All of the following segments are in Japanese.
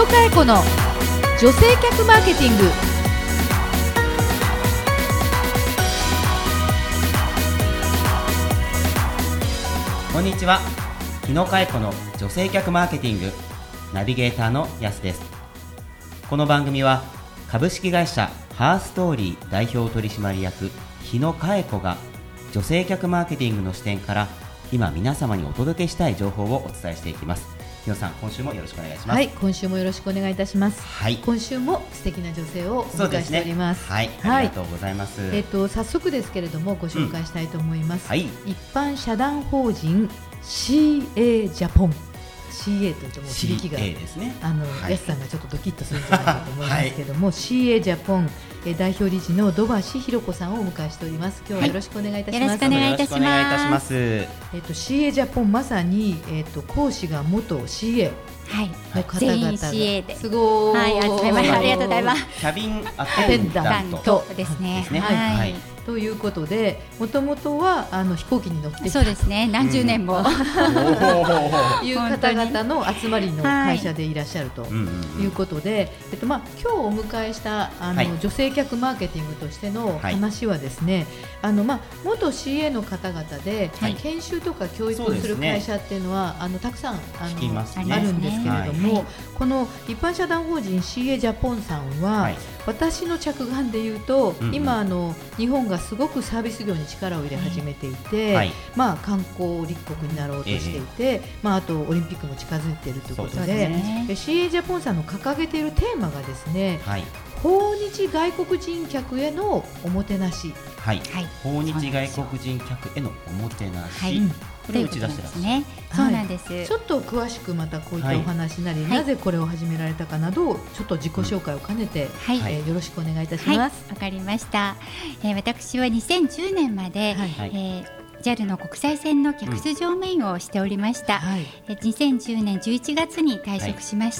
野佳恵子の女性客マーケティング。 こんにちは。日野佳恵子の女性客マーケティングナビゲーターのやすです。この番組は株式会社ハーストーリー代表取締役日野佳恵子が女性客マーケティングの視点から今皆様にお届けしたい情報をお伝えしていきます。日野さん、今週もよろしくお願いします。 はい、今週もよろしくお願いいたします。 はい、 今週も素敵な女性をお迎えしております。 はい、ありがとうございます。 早速ですけれどもご紹介したいと思います。 はい、 一般社団法人 CA ジャポン、CA というともう響きが、 ですね、 やすさんがちょっとドキッとするんじゃないかと思いますけれども、CA ジャポン代表理事の土橋弘子さんをお迎えしております。今日はよろしくお願いいたします。 よろしくお願いいたします。 CA ジャポン、まさに、講師が元 CA の方々が、 CA ですごい、 はい、ありがとうございます。 キャビンアテンダントですね。 はい、ということで、もともとは飛行機に乗っていた、 そうですね、何十年も、 いう方々の集まりの会社でいらっしゃるということで、今日お迎えした女性客マーケティングとしての話はですね、元 CA の方々で、研修とか教育をする会社っていうのはたくさんあるんですけれども、この一般社団法人 CA ジャポンさんは、私の着眼でいうと、今日本がすごくサービス業に力を入れ始めていて、観光立国になろうとしていて、あとオリンピックも近づいているということで、CA ジャポンさんの掲げているテーマがですね、訪日外国人客へのおもてなし、 訪日外国人客へのおもてなし、これを打ち出してらっしゃる。 ね、そうなんです。 ちょっと詳しくまたこういったお話なり、なぜこれを始められたかなどをちょっと自己紹介を兼ねて、よろしくお願いいたします。 わかりました。私は2010年まで、JAL の国際線の客室乗務員をしておりました。2010年11月に退職しまして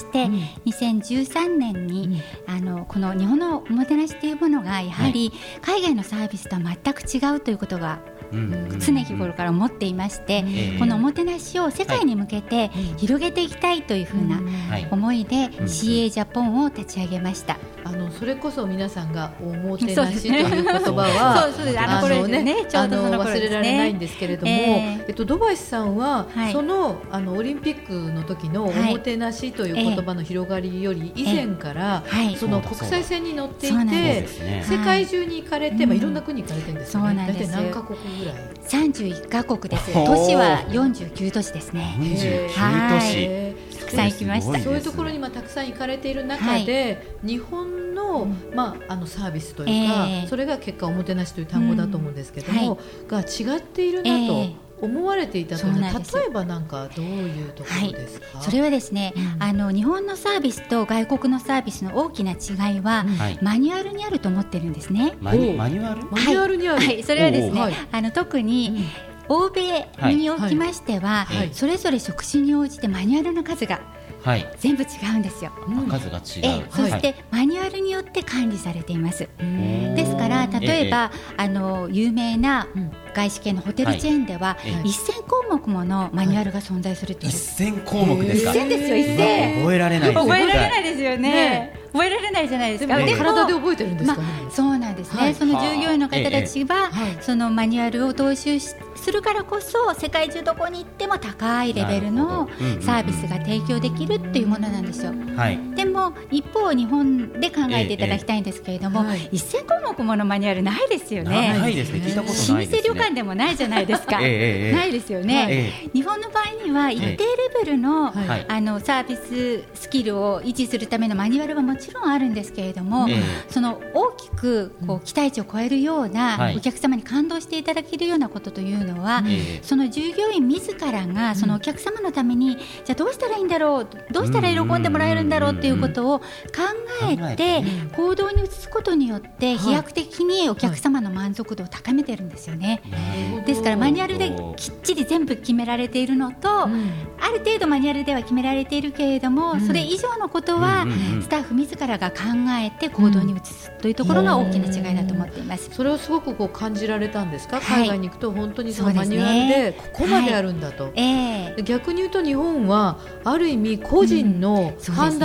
、2013年にこの日本のおもてなしというものがやはり海外のサービスとは全く違うということが常日頃から思っていまして、このおもてなしを世界に向けて広げていきたいというふうな思いで CA ジャポンを立ち上げました。 それこそ皆さんがおもてなしという言葉は忘れられないんですけれども、土橋さんはそのオリンピックの時のおもてなしという言葉の広がりより以前からその国際線に乗っていて世界中に行かれて、いろんな国に行かれてるんですよね。大体何カ国ぐらい ？31カ国です。都市は49都市ですね。 49都市、 たくさん行きました。 そういうところにたくさん行かれている中で、日本のサービスというか、それが結果おもてなしという単語だと思うんですけども、が違っているなと思われていたというのは、例えばなんかどういうところですか？ それはですね、日本のサービスと外国のサービスの大きな違いは、マニュアルにあると思ってるんですね。 マニュアルにある、 それはですね、特に欧米におきましては、それぞれ職種に応じてマニュアルの数が全部違うんですよ。 数が違う。 そしてマニュアルによって管理されています。ですから例えば有名な外資系のホテルチェーンでは1000項目ものマニュアルが存在するという。 1000項目ですか ？1000ですよ、1000。 覚えられないですよね。覚えられないじゃないですか。 でも体で覚えてるんですかね。 そうなんですね。その従業員の方たちはそのマニュアルを踏襲するからこそ、世界中どこに行っても高いレベルのサービスが提供できるっていうものなんですよ。でも一方日本で考えていただきたいんですけれども、1000項目ものマニュアルないですよね。 ないですね。聞いたことないですね。 老舗旅館でもないじゃないですか。ないですよね。日本の場合には一定レベルのサービススキルを維持するためのマニュアルはもちろんあるんですけれども、その大きく期待値を超えるような、お客様に感動していただけるようなことというのは、その従業員自らがそのお客様のために、じゃあどうしたらいいんだろう、どうしたら喜んでもらえるんだろうということを考えて行動に移すことによって飛躍的にお客様の満足度を高めてるんですよね。ですからマニュアルできっちり全部決められているのと、ある程度マニュアルでは決められているけれども、それ以上のことはスタッフ自らが考えて行動に移すというところが大きな違いだと思っています。 それをすごく感じられたんですか？海外に行くと本当にそのマニュアルでここまであるんだと。逆に言うと日本はある意味個人の判断の能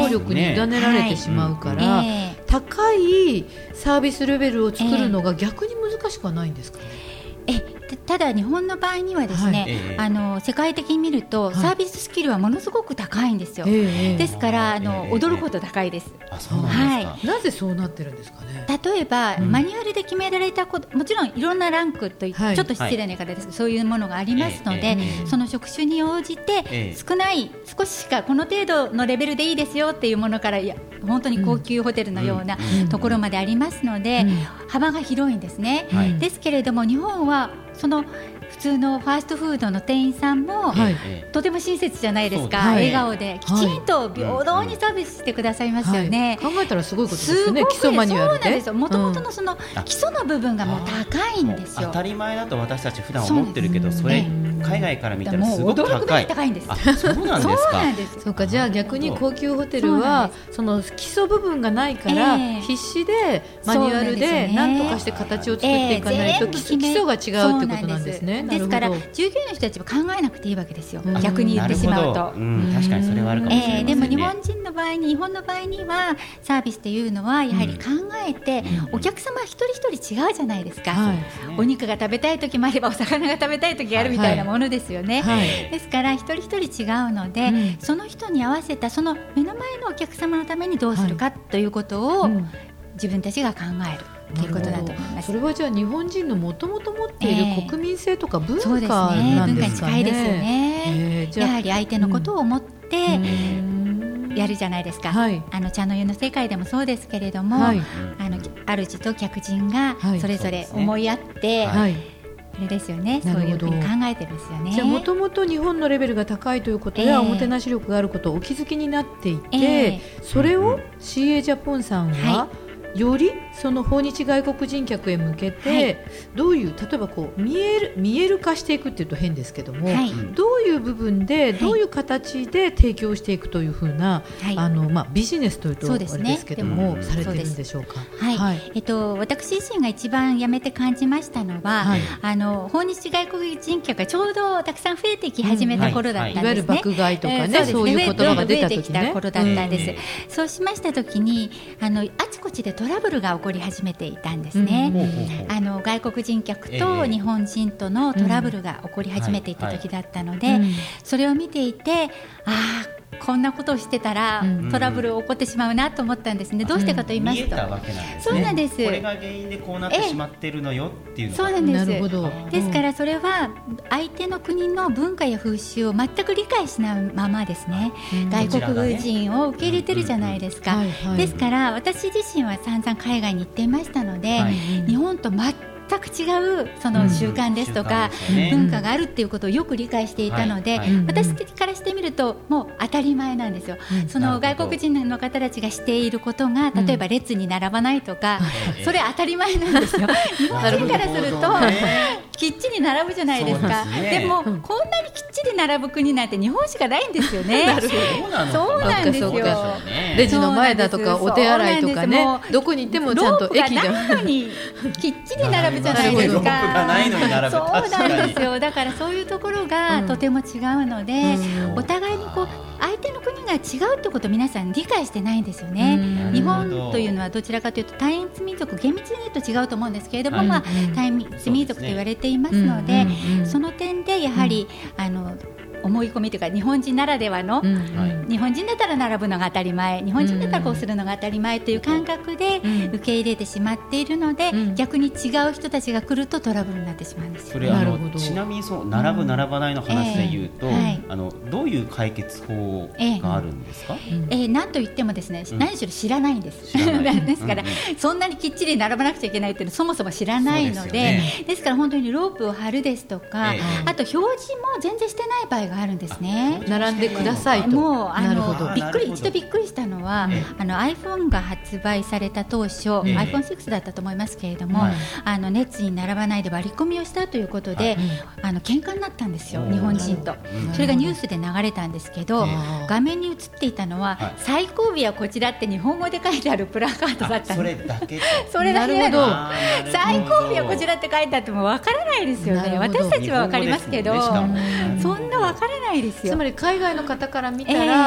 能力に委ねられてしまうから、高いサービスレベルを作るのが逆に難しくはないんですかね。 ただ日本の場合にはですね、世界的に見るとサービススキルはものすごく高いんですよ。ですから驚くほど高いです。 なぜそうなってるんですかね。 例えば、マニュアルで決められたこともちろんいろんなランクとちょっと失礼な言い方ですけど、そういうものがありますので、その職種に応じて少ししかこの程度のレベルでいいですよっていうものから、いや本当に高級ホテルのようなところまでありますので、幅が広いんですね。ですけれども日本はその普通のファーストフードの店員さんも、とても親切じゃないですか。笑顔できちんと平等にサービスしてくださいますよね。 考えたらすごいことですよね。基礎マニュアルで。そうなんですよ。もともとのその基礎の部分がもう高いんですよ。 当たり前だと私たち普段思ってるけど、それ海外から見たらすごく高い。 驚くぐらい高いんです。 そうなんですか。 そうか。じゃあ逆に高級ホテルはその基礎部分がないから必死でマニュアルで何とかして形を作っていかないと基礎が違うってことなんですね。 ですから従業員の人たちは考えなくていいわけですよ。逆に言ってしまうと。 確かにそれはあるかもしれないですね。 でも日本人の場合に、日本の場合にはサービスというのはやはり考えて、お客様一人一人違うじゃないですか。お肉が食べたい時もあればお魚が食べたい時があるみたいなものですよね。ですから一人一人違うので、その人に合わせたその目の前のお客様のためにどうするかということを自分たちが考えるということだと思います。 それはじゃあ日本人のもともと持っている国民性とか文化なんですかね。 文化に近いですよね。やはり相手のことを思ってやるじゃないですか。茶の湯の世界でもそうですけれども、主と客人がそれぞれ思い合って、あれですよね。そういうふうに考えてるんですよね。 じゃあもともと日本のレベルが高いということや、おもてなし力があることをお気づきになっていて、それを CA ジャポンさんはよりその訪日外国人客へ向けて、どういう例えばこう見える化していくっていうと変ですけども、どういう部分でどういう形で提供していくというふうな、ビジネスというとあれですけども、されてるんでしょうか。 私自身が一番やめて感じましたのは、訪日外国人客がちょうどたくさん増えてき始めた頃だったんですね。 いわゆる爆買いとかね、そういう言葉が出た時ね。 頃だったんです。そうしました時にあちこちでトラブルが起こり始めていたんですね。外国人客と日本人とのトラブルが起こり始めていた時だったので、それを見ていて、こんなことをしてたらトラブル起こってしまうなと思ったんですね。どうしてかと言いますと、 見えたわけなんですね。 そうなんです。 これが原因でこうなってしまっているのよっていうのが。 そうなんです。 なるほど。 ですからそれは相手の国の文化や風習を全く理解しないままですね、外国人を受け入れてるじゃないですか。ですから私自身は散々海外に行っていましたので、日本と全く違うその習慣ですとか、文化があるっていうことをよく理解していたので、私からしてみるともう当たり前なんですよ。その外国人の方たちがしていることが、例えば列に並ばないとか、それ当たり前なんですよ。日本人からするときっちり並ぶじゃないですか。でもこんなにきっちり並ぶ国なんて日本しかないんですよね。そうなんですよ。 レジの前だとかお手洗いとかね、どこに行ってもちゃんと駅でロープがないのにきっちり並ぶじゃないですか。そうなんですよ。だからそういうところがとても違うので、お互いにこう相手の国が違うってことを皆さん理解してないんですよね。日本というのはどちらかというと単一民族、厳密に言うと違うと思うんですけれども、単一民族と言われていますので、その点でやはり思い込みというか、日本人ならではの、日本人だったら並ぶのが当たり前、日本人だったらこうするのが当たり前という感覚で受け入れてしまっているので、逆に違う人たちが来るとトラブルになってしまうんですよ。 それちなみにそう並ぶ並ばないの話で言うと、どういう解決法があるんですか。 なんと言ってもですね、何しろ知らないんです。ですから、そんなにきっちり並ばなくちゃいけないっていうのはそもそも知らないので、ですから本当にロープを張るですとか、あと表示も全然してない場合があるんですね。 並んでくださいと。 もう一度びっくりしたのは、iPhone が発売された当初、iPhone6 だったと思いますけれども、列に並ばないで割り込みをしたということで、喧嘩になったんですよ、日本人と。それがニュースで流れたんですけど、画面に映っていたのは、最後尾はこちらって日本語で書いてあるプラカードだったんです。それだけ最後尾はこちらって書いてあってもわからないですよね。私たちはわかりますけど、そんなわからないですよ。 つまり海外の方から見たら、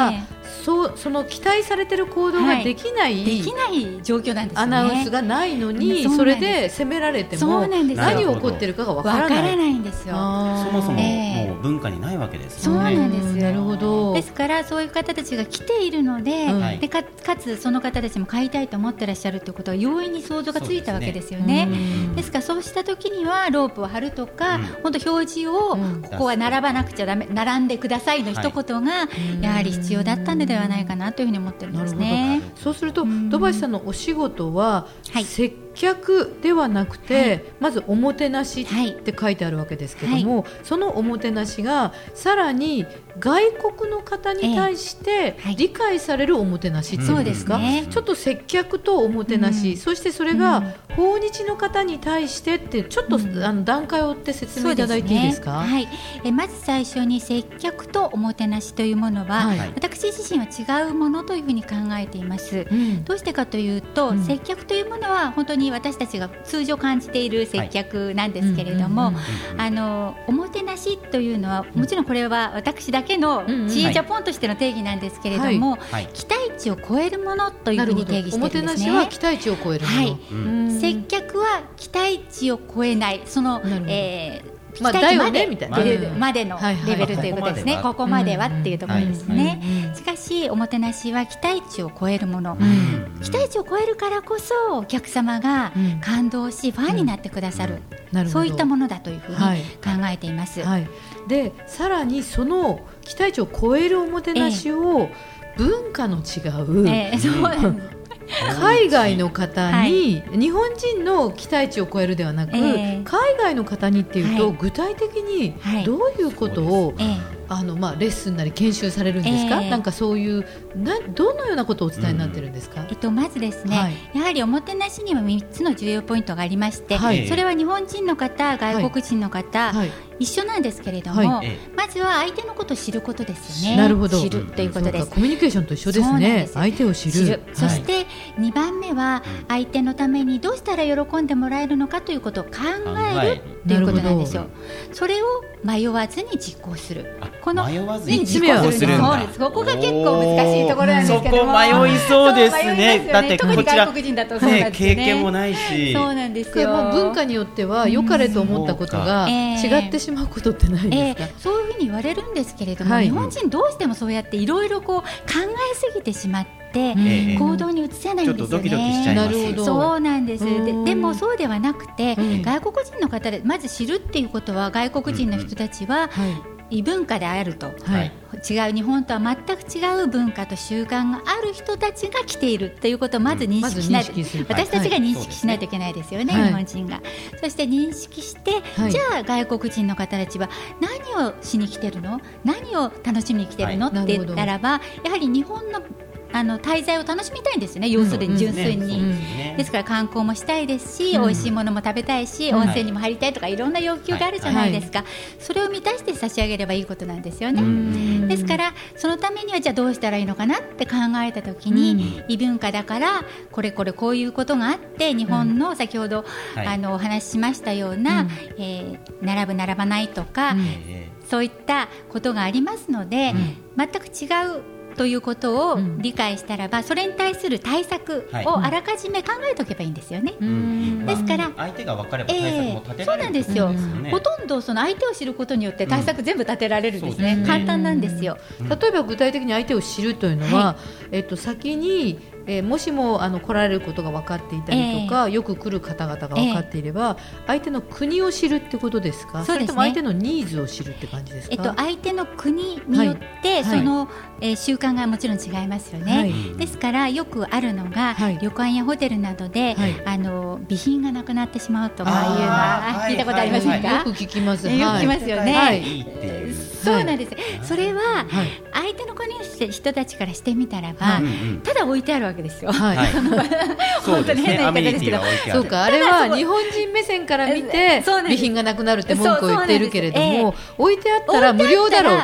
その期待されてる行動ができない、 できない状況なんですよね。 アナウンスがないのに、それで責められても何が起こってるかがわからないんですよ。 そもそももう文化にないわけですよね。そうなんですよ。 なるほど。 ですからそういう方たちが来ているので、でかつその方たちも買いたいと思ってらっしゃるということは容易に想像がついたわけですよね。ですからそうした時にはロープを張るとか、本当表示をここは並ばなくちゃダメ、並んでくださいの一言がやはり必要だったのではないかなというふうに思ってるんですね。 そうすると土橋さんのお仕事は、接客ではなくて、まずおもてなしって書いてあるわけですけども、そのおもてなしがさらに外国の方に対して理解されるおもてなしっていうんですか、ちょっと接客とおもてなし、そしてそれが訪日の方に対してってちょっと段階を追って説明いただいていいですか？ まず最初に接客とおもてなしというものは、私自身は違うものというふうに考えています。どうしてかというと、接客というものは本当に私たちが通常感じている接客なんですけれども、おもてなしというのはもちろんこれは私だけの知恵ジャポンとしての定義なんですけれども、期待値を超えるものというふうに定義しているんですね。 おもてなしは期待値を超えるもの、 接客は期待値を超えない、その期待値までのレベルということですね。ここまではっていうところですね。しかしおもてなしは期待値を超えるもの、期待値を超えるからこそお客様が感動しファンになってくださる、そういったものだというふうに考えています。 でさらにその期待値を超えるおもてなしを文化の違う、海外の方に、日本人の期待値を超えるではなく、海外の方にっていうと、具体的にどういうことを、レッスンなり研修されるんですか？なんかそういうどのようなことをお伝えになっているんですか？ まずですね、やはりおもてなしには3つの重要ポイントがありまして、それは日本人の方、外国人の方、一緒なんですけれども、まずは相手のことを知ることですよね。 なるほど。 知るということです。 コミュニケーションと一緒ですね。相手を知る。 そして2番目は相手のためにどうしたら喜んでもらえるのかということを考えるということなんですよ。それを迷わずに実行する。 迷わずに実行するんだ。 そこが結構難しいところなんですけども、 そこ迷いそうですね。だって特に外国人だとそうなんですね。 経験もないし、 そうなんですよ。 文化によっては良かれと思ったことが違ってしまうことってないですか？ そういうふうに言われるんですけれども、日本人どうしてもそうやっていろいろ考えすぎてしまって、行動に移せないんですよね。 ちょっとドキドキしちゃいます。 そうなんです。でもそうではなくて、外国人の方でまず知るっていうことは、外国人の人たちは異文化であると、違う日本とは全く違う文化と習慣がある人たちが来ているということをまず認識しないと、私たちが認識しないといけないですよね、日本人が。そして認識して、じゃあ外国人の方たちは何をしに来てるの、何を楽しみに来てるのって言ったらば、やはり日本の滞在を楽しみたいんですよね。要するに純粋に、ですから観光もしたいですし、美味しいものも食べたいし、温泉にも入りたいとかいろんな要求があるじゃないですか。それを満たして差し上げればいいことなんですよね。ですからそのためにはじゃあどうしたらいいのかなって考えた時に、異文化だからこれこういうことがあって、日本の先ほどお話ししましたような、並ぶ並ばないとか、そういったことがありますので、全く違うということを理解したらば、それに対する対策をあらかじめ考えておけばいいんですよね。ですから相手が分かれば対策も立てられる、 そうなんですよ。ほとんどその相手を知ることによって対策全部立てられるんですね。簡単なんですよ。 例えば具体的に相手を知るというのは、先にもしも来られることが分かっていたりとか、よく来る方々が分かっていれば、相手の国を知るってことですか？それとも相手のニーズを知るって感じですか？ 相手の国によって、その、習慣がもちろん違いますよね。ですからよくあるのが、旅館やホテルなどで、備品がなくなってしまうとかいうのは聞いたことありませんか？ よく聞きます。 よく聞きますよね。そうなんです。 はい、 それは、相手の国の人たちからしてみたらば、ただ置いてあるわけですよ。本当に変な言い方ですけど、 そうか、あれは日本人目線から見て備品がなくなるって文句を言っているけれども、置いてあったら無料だろうと。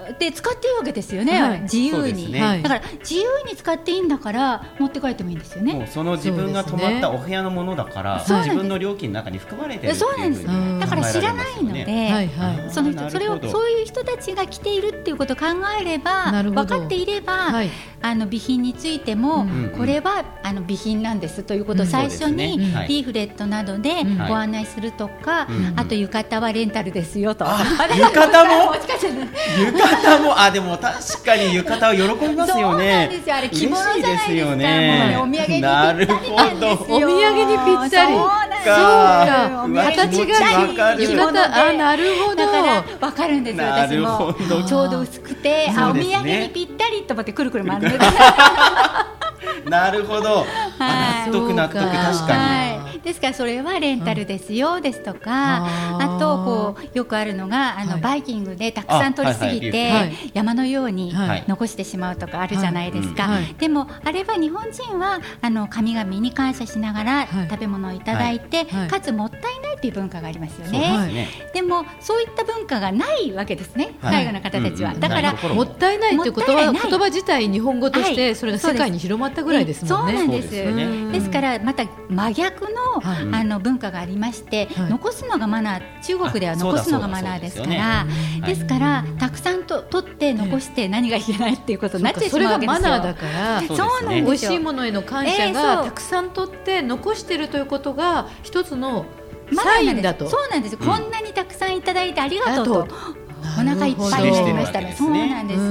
で使っていいわけですよね、はい、自由に、ね、だから自由に使っていいんだから持って帰ってもいいんですよね。 もうその自分が泊まったお部屋のものだから、自分の料金の中に含まれているっていうふうに考えられますよね。 だから知らないので、その人それをそういう人たちが来ているっていうことを考えれば分かっていれば、はい、備品についても、これは備品なんですということを最初にリーフレットなどでご案内するとか、あと浴衣はレンタルですよと。 浴衣も浴衣もでも確かに浴衣は喜びますよね。 そうなんですよ、あれ着物じゃないですか。もうね、お土産にぴったりなんですよ。 お土産にぴったり。そうか、形が浴衣、なるほど。 だから分かるんですよ、私も。ちょうど薄くて、お土産にぴったりと思ってくるくる回る。 なるほど、納得確かに。ですからそれはレンタルですよですとか、あとこうよくあるのがバイキングでたくさん取りすぎて山のように残してしまうとかあるじゃないですか。でもあれは日本人は神々に感謝しながら食べ物をいただいて、かつもったいないという文化がありますよね。でもそういった文化がないわけですね、海外の方たちは。だからもったいないという言葉自体日本語としてそれが世界に広まったぐらいですもんね。 そうなんです。ですからまた真逆の文化がありまして、残すのがマナー、中国では残すのがマナーですから、ですからたくさん取って残して何がいけないっていうことになってしまうわけですよ。 それがマナーだから、 そうなんですよ。 美味しいものへの感謝がたくさん取って残しているということが一つのサインだと。 そうなんです。こんなにたくさんいただいてありがとうと。お腹いっぱいになりましたね。そうなんです。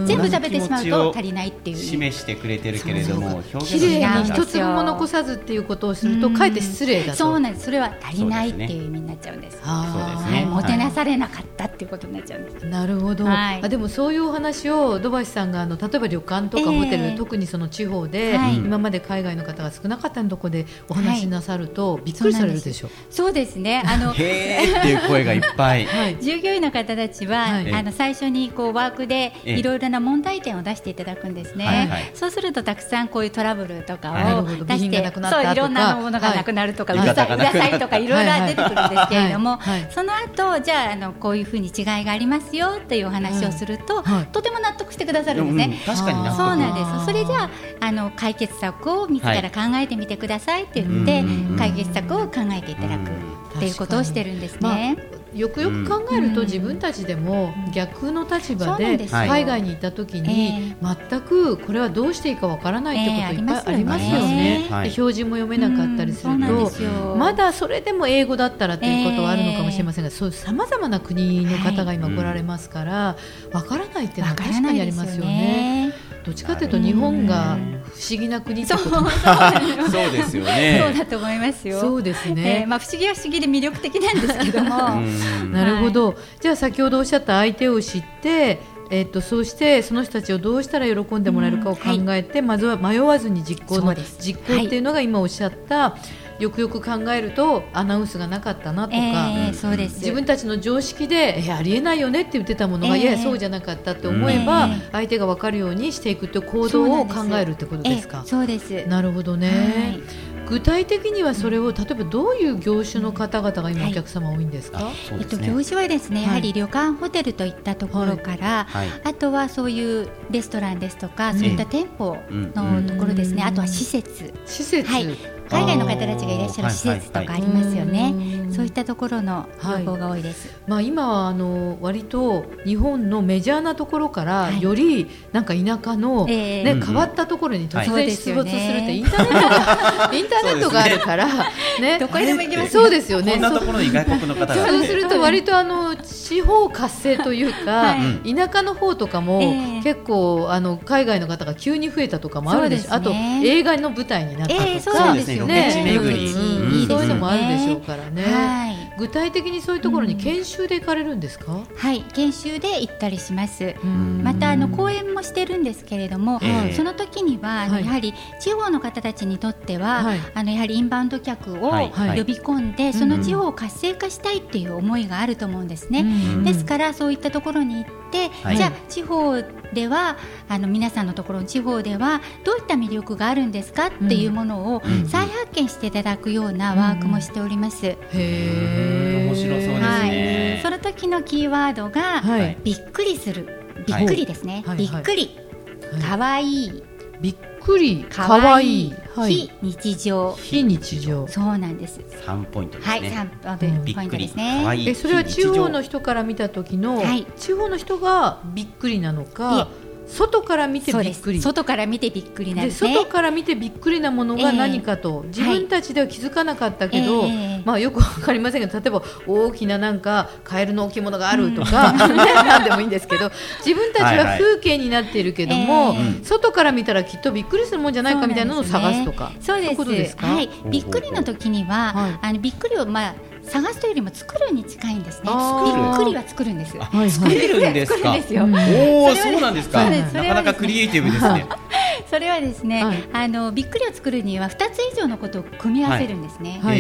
全部食べてしまうと足りないっていう示してくれてるけれども、 きれいに一粒も残さずっていうことをするとかえって失礼だと。 そうなんです。それは足りないっていう意味になっちゃうんです。もてなされなかったっていうことになっちゃうんです。 なるほど。でもそういうお話を土橋さんが例えば旅館とかホテル、特にその地方で今まで海外の方が少なかったところでお話しなさるとびっくりされるでしょう。 そうですね。 へーっていう声がいっぱい。 従業員の方たちは最初にこうワークでいろいろな問題点を出していただくんですね。そうするとたくさんこういうトラブルとかを出して、いろんなものがなくなるとか、うるさいとかいろいろ出てくるんですけれども、その後じゃあこういうふうに違いがありますよっていうお話をすると、とても納得してくださるんですね。 確かに納得。 そうなんです。それじゃあ解決策を自ら考えてみてくださいって言って解決策を考えていただくっていうことをしてるんですね。 よくよく考えると、自分たちでも逆の立場で海外に行った時に全くこれはどうしていいかわからないってこといっぱいありますよね。表示も読めなかったりすると、まだそれでも英語だったらということはあるのかもしれませんが、そうさまざまな国の方が今来られますからわからないっていうのは確かにありますよね。どっちかというと日本が不思議な国ってことそうですよね。 そうだと思いますよ。 そうですね。 不思議は不思議で魅力的なんですけどもなるほど。じゃあ先ほどおっしゃった相手を知って、そしてその人たちをどうしたら喜んでもらえるかを考えて、まずは迷わずに実行っていうのが今おっしゃった、よくよく考えるとアナウンスがなかったなとか、 そうです。 自分たちの常識でありえないよねって言ってたものが、いやそうじゃなかったって思えば、相手が分かるようにしていくという行動を考えるってことですか。 そうです。 なるほどね。具体的にはそれを例えばどういう業種の方々が今お客様多いんですか。 業種はですね、やはり旅館ホテルといったところから、あとはそういうレストランですとか、そういった店舗のところですね。あとは施設、海外の方たちがいらっしゃる施設とかありますよね。そういったところの旅行が多いです。 今は割と日本のメジャーなところからよりなんか田舎の、変わったところに突然出没するって、インターネットがあるからね、 どこへでも行けますね。 そうですよね。 こんなところに外国の方がそうすると割と地方活性というか、田舎の方とかも結構海外の方が急に増えたとかもあるでしょ。あと映画の舞台になったとか、 そうですよね。 そういうのもあるでしょうからね。具体的にそういうところに研修で行かれるんですか。 研修で行ったりします。また講演もしてるんですけれども、その時にはやはり地方の方たちにとっては、やはりインバウンド客を呼び込んで、その地方を活性化したいっていう思いがあると思うんですね。ですからそういったところに行って、じゃあ地方では皆さんのところの地方ではどういった魅力があるんですかっていうものを再発見していただくようなワークもしております。 面白そうですね。 その時のキーワードが、びっくりするびっくりですね、びっくり、かわいい、 びっくり、かわいい、 非日常、 非日常、 そうなんです。 3ポイントですね。 はい、3ポイントですね。 それは地方の人から見た時の、地方の人がびっくりなのか、外から見てびっくり、 外から見てびっくりなんですね。 外から見てびっくりなものが何かと、自分たちでは気づかなかったけど、よくわかりませんけど、例えば大きななんかカエルの置物があるとか、何でもいいんですけど、自分たちは風景になっているけども、外から見たらきっとびっくりするもんじゃないかみたいなのを探すとか、 そういうことですか。びっくりの時には、びっくりを探すというよりも作るに近いんですね。びっくりは作るんです。 作れるんですか。そうなんですか。なかなかクリエイティブですね。 それはですね、びっくりを作るには2つ以上のことを組み合わせるんですね。だから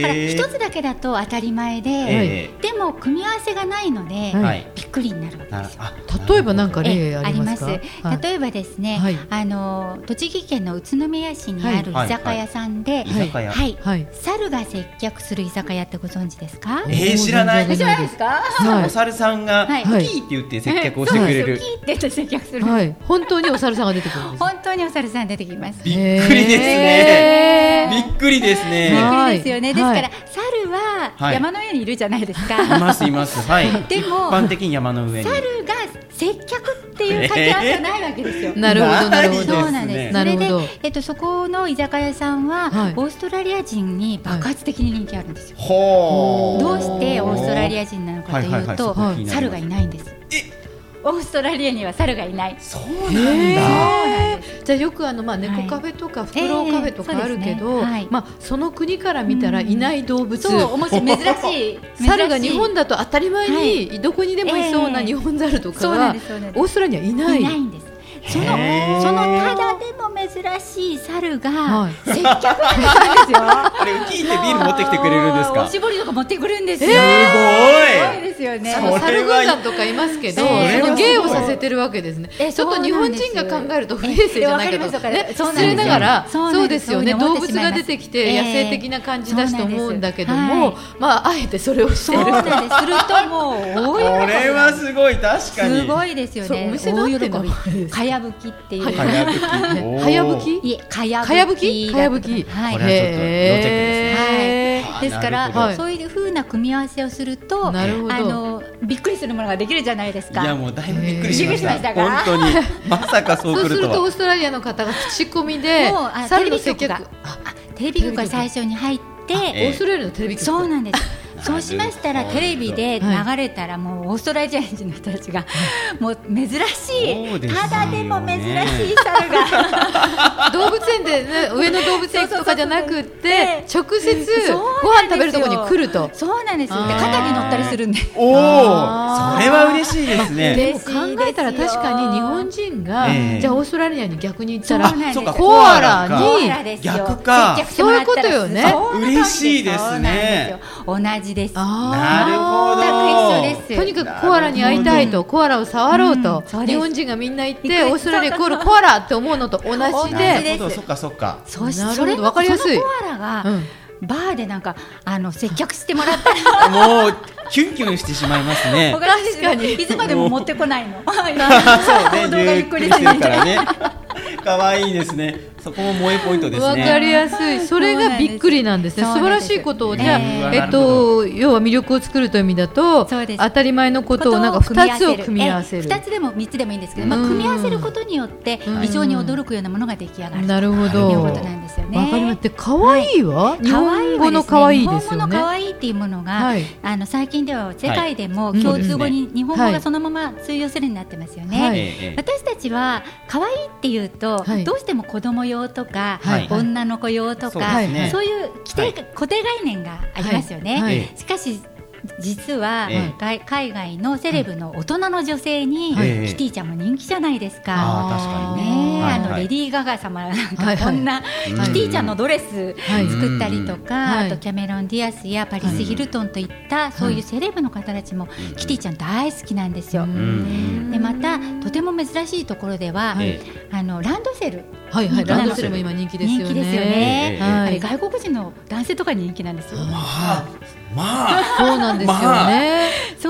1つだけだと当たり前で、でも組み合わせがないのでびっくりになるわけですよ。 例えば何か例ありますか。 例えばですね、栃木県の宇都宮市にある居酒屋さんで、猿が接客する居酒屋ってご存知ですか。 知らない。 知らないですか。 お猿さんがキーって言って接客をしてくれる。 キーって言って接客する。 本当にお猿さんが出てくるんです。 本当にお猿さん出てきます。 びっくりですね。びっくりですね。 びっくりですよね。ですから猿は山の上にいるじゃないですか。 いますいます。はい。 でも一般的に山の上に猿が接客っていう掛け合わせはないわけですよ。 なるほどなるほど。 そうなんです。それでそこの居酒屋さんはオーストラリア人に爆発的に人気あるんですよ。どうしてオーストラリア人なのかというと、猿がいないんです。オーストラリアには猿がいない。 そうなんだ。 じゃあよく猫カフェとかフクロウカフェとかあるけど、その国から見たらいない動物、 珍しい猿が日本だと当たり前にどこにでもいそうな日本猿とかがオーストラリアにはいない。 いないんです。そのただでも珍しい猿が接客なんですよ。 これ聞いてビール持ってきてくれるんですか。 おしぼりとか持ってくるんですよ。 すごいですよね。 猿軍団とかいますけど、芸をさせてるわけですね。ちょっと日本人が考えると不衛生じゃないけど、失礼ながらそうですよね。動物が出てきて野生的な感じだしと思うんだけども、あえてそれをしてる。 するともうこれはすごい、確かにすごいですよね。 お店のってのかやぶきっていう。 かやぶき？いえ、かやぶき？ これはちょっと要チェックですね。 ですからそういう風な組み合わせをすると、びっくりするものができるじゃないですか。 いやもうだいぶびっくりしました。本当にまさかそう来るとは。そうするとオーストラリアの方が口コミで猿の接客、テレビ局が最初に入って、 オーストラリアのテレビ局。そうなんです。そうしましたらテレビで流れたらもうオーストラリア人の人たちがもう珍しい、ただでも珍しい猿が動物園で、上野動物園とかじゃなくって直接ご飯食べるところに来ると。 そうなんですよ。で肩に乗ったりするんで。 それは嬉しいですね。 でも考えたら確かに日本人がじゃあオーストラリアに逆に行ったらコアラに逆か、 そういうことよね。 嬉しいですね。 同じです。 なるほど。 とにかくコアラに会いたいと、コアラを触ろうと日本人がみんな行ってオーストラリアイコールコアラって思うのと同じで。 そっかそっか。 それ分かりやすい。 コアラがバーでなんか接客してもらったらもうキュンキュンしてしまいますね。 確かにいつまでも持ってこないの。 そうね、ゆっくりしてるからね。可愛いですね。そこも萌えポイントですね。 わかりやすい。それがびっくりなんですね。素晴らしいことを、じゃあ要は魅力を作るという意味だと当たり前のことをなんか2つを組み合わせる。 2つでも3つでもいいんですけど、組み合わせることによって非常に驚くようなものが出来上がる。 なるほど。 ということなんですよね。 わかります。可愛いわ。日本語の可愛いですよね。 日本語の可愛いっていうものが最近では世界でも共通語に日本語がそのまま通用するようになってますよね。私たちは可愛いっていうとどうしても子供用とか女の子用とかそういう固定概念がありますよね。しかし実は海外のセレブの大人の女性にキティちゃんも人気じゃないですか。 確かにね。 レディー・ガガ様なんかこんなキティちゃんのドレス作ったりとか、あとキャメロン・ディアスやパリス・ヒルトンといったそういうセレブの方たちもキティちゃん大好きなんですよ。でまたとても珍しいところではランドセル、 ランドセルも今人気ですよね。 あれ外国人の男性とかに人気なんですよ。 そうなんですよね。 そうな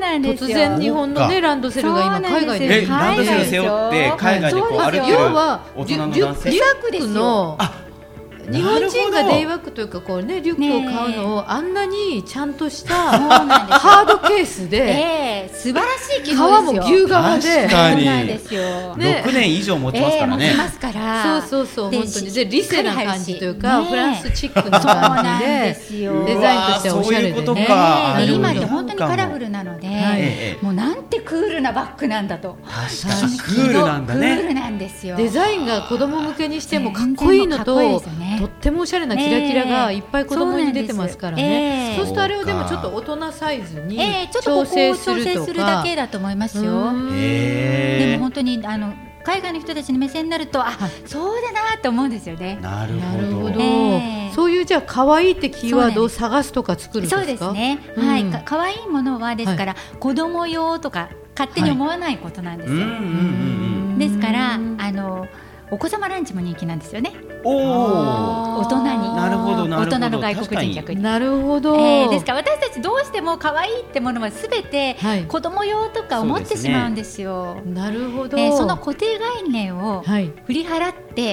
なんですよ。 突然日本のねランドセルが今海外でランドセル背負って海外でこう歩ける大人の男性、 リュックの日本人がデイワックというかこう、ね、リュックを買うのをあんなにちゃんとしたハードケースで、 素晴らしい機能ですよ。 革も牛革で、 確かにそうなんですよ、 ね、6年以上持ちますからね、 持ちますから、 そう本当にでリセな感じというか、フランスチックな感じでデザインとしてはおしゃれでね、 今って本当にカラフルなので、もうなんてクールなバッグなんだと。 確かにクールなんだね。 クールなんですよ。 デザインが子供向けにしてもかっこいいのと、とってもおしゃれなキラキラがいっぱい子供に出てますからね。そうするとあれをでもちょっと大人サイズに調整するとか、 調整するだけだと思いますよ。でも本当に海外の人たちの目線になると、そうだなと思うんですよね。 なるほど。 そういうじゃあ可愛いってキーワードを探すとか作るんですか？ そうですね。はい。可愛いものはですから、子供用とか勝手に思わないことなんですよ。ですからお子様ランチも人気なんですよね。大人に、 なるほど大人の外国人客に。 なるほど。 ですから私たちどうしても可愛いってものはすべて子供用とか思ってしまうんですよ。 なるほど。 その固定概念を振り払って、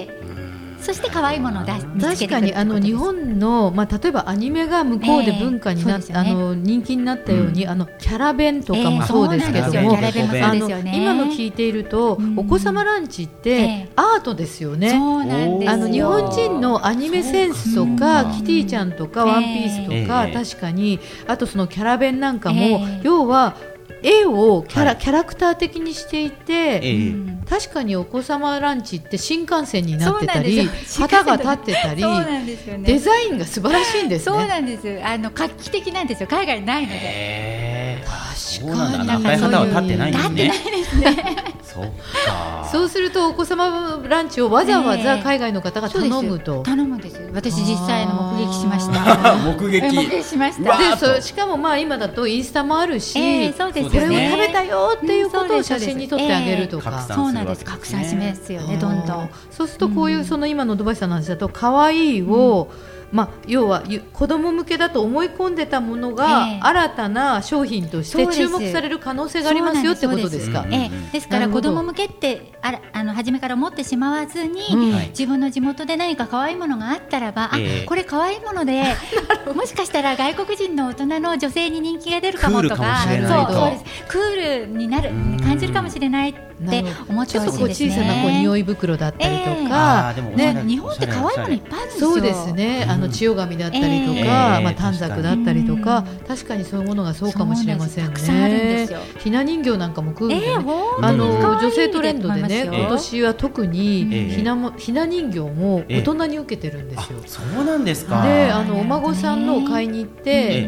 そして可愛いものを確かに日本の、例えばアニメが向こうで文化になって、人気になったように、キャラ弁とかもそうですけども、今の聞いていると、お子様ランチってアートですよね。 そうなんですよ。 日本人のアニメセンスとか、キティちゃんとかワンピースとか、確かにあとそのキャラ弁なんかも、要は絵をキャラクター的にしていて、確かにお子様ランチって新幹線になってたり、旗が立ってたり、デザインが素晴らしいんですね。 そうなんです。画期的なんですよ。海外ないので。 確かに赤い旗は立ってないんですね。 立ってないですね。 そうするとお子様ランチをわざわざ海外の方が頼むと。 頼むんです。私実際目撃しました。 目撃しました。 でしかも今だとインスタもあるし、 そうですこれを食べたよっていうことを写真に撮ってあげるとか。 そうなんです。拡散しますよね、どんどん。 そうするとこういうその今の土橋さんの話だと可愛いを、要は子供向けだと思い込んでたものが新たな商品として注目される可能性がありますよってことですか？ ですから子供向けって初めから思ってしまわずに、自分の地元で何か可愛いものがあったらば、これ可愛いものでもしかしたら外国人の大人の女性に人気が出るかもとか、クールになる感じるかもしれないって思ってほしいですね。 ちょっと小さな匂い袋だったりとか、 日本って可愛いものいっぱいあるんですよ。 そうですね。千代紙だったりとか、短冊だったりとか、確かにそういうものがそうかもしれませんね。ひな人形なんかもクールでね、女性トレンドでね、今年は特にひな人形も大人に受けてるんですよ。 そうなんですか。 で、お孫さんのを買いに行って、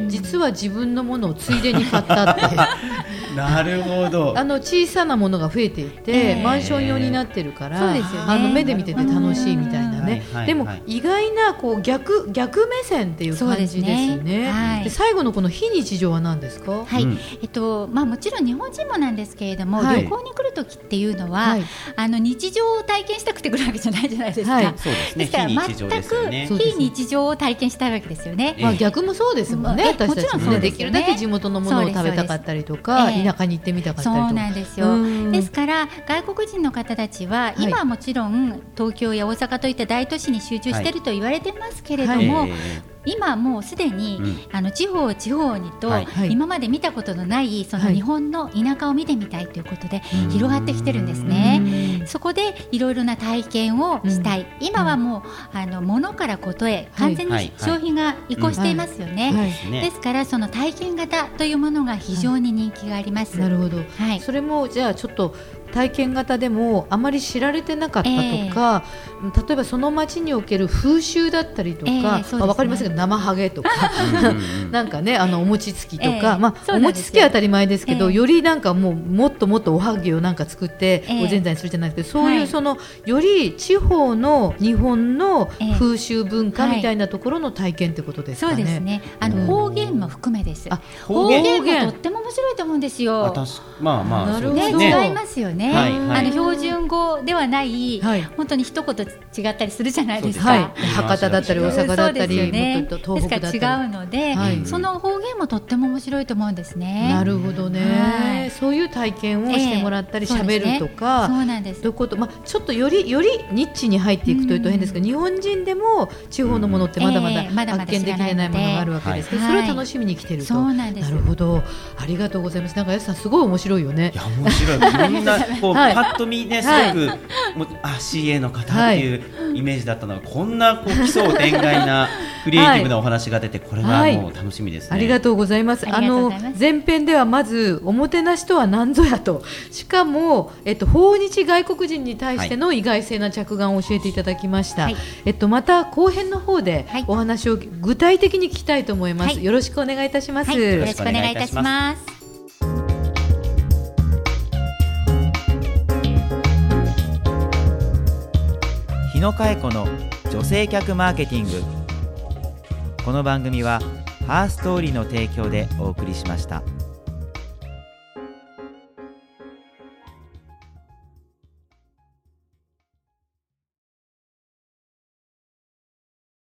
実は自分のものをついでに買ったって。 なるほど。 小さなものが増えていて、マンション用になってるから、目で見てて楽しいみたいなね。でも意外な逆目線っていう感じですね。で、最後のこの非日常は何ですか？ もちろん日本人もなんですけれども、旅行に来る時っていうのは、日常を体験したくて来るわけじゃないじゃないですか。ですから全く非日常を体験したいわけですよね。 逆もそうですもんね。私たちもね、できるだけ地元のものを食べたかったりとか、田舎に行ってみたかったりとか。 そうなんですよ。ですから外国人の方たちは今はもちろん東京や大阪といった大都市に集中していると言われてますけれども、今もうすでに、地方にと、今まで見たことのないその日本の田舎を見てみたいということで広がってきてるんですね。そこでいろいろな体験をしたい。今はもう物からことへ完全に消費が移行していますよね。ですからその体験型というものが非常に人気があります。 なるほど。それもじゃあちょっと体験型でもあまり知られてなかったとか、例えばその町における風習だったりとか、分かりませんけど生ハゲとかなんかね、お餅つきとか、お餅つきは当たり前ですけど、よりなんかもっともっとおはぎをなんか作っておぜんざいにするじゃないですけど、そういうそのより地方の日本の風習文化みたいなところの体験ってことですかね。 そうですね。方言も含めです。方言もとっても面白いと思うんですよ。 まあそうですね、違いますよね、標準語ではない、本当に一言違ったりするじゃないですか。 博多だったり大阪だったり、東北だったり、 ですから違うので、その方言もとっても面白いと思うんですね。 なるほどね、そういう体験をしてもらったり、喋るとか、 そうなんです。 ちょっとよりニッチに入っていくというと変ですけど、日本人でも地方のものってまだまだ発見できれないものがあるわけですけど、それを楽しみに来てると。 そうなんです。 なるほど、ありがとうございます。なんか安さんすごい面白いよね。 いや面白い。みんなこうパッと見ね、すごくCA の方っていうイメージだったのが、こんなこう奇想天外なクリエイティブなお話が出て、これがもう楽しみですね。 ありがとうございます。前編ではまずおもてなしとは何ぞやと、しかも訪日外国人に対しての意外性な着眼を教えていただきました。また後編の方でお話を具体的に聞きたいと思います。よろしくお願いいたします。 よろしくお願いいたします。 日野佳恵子の女性客マーケティング。この番組はハーストーリーの提供でお送りしました。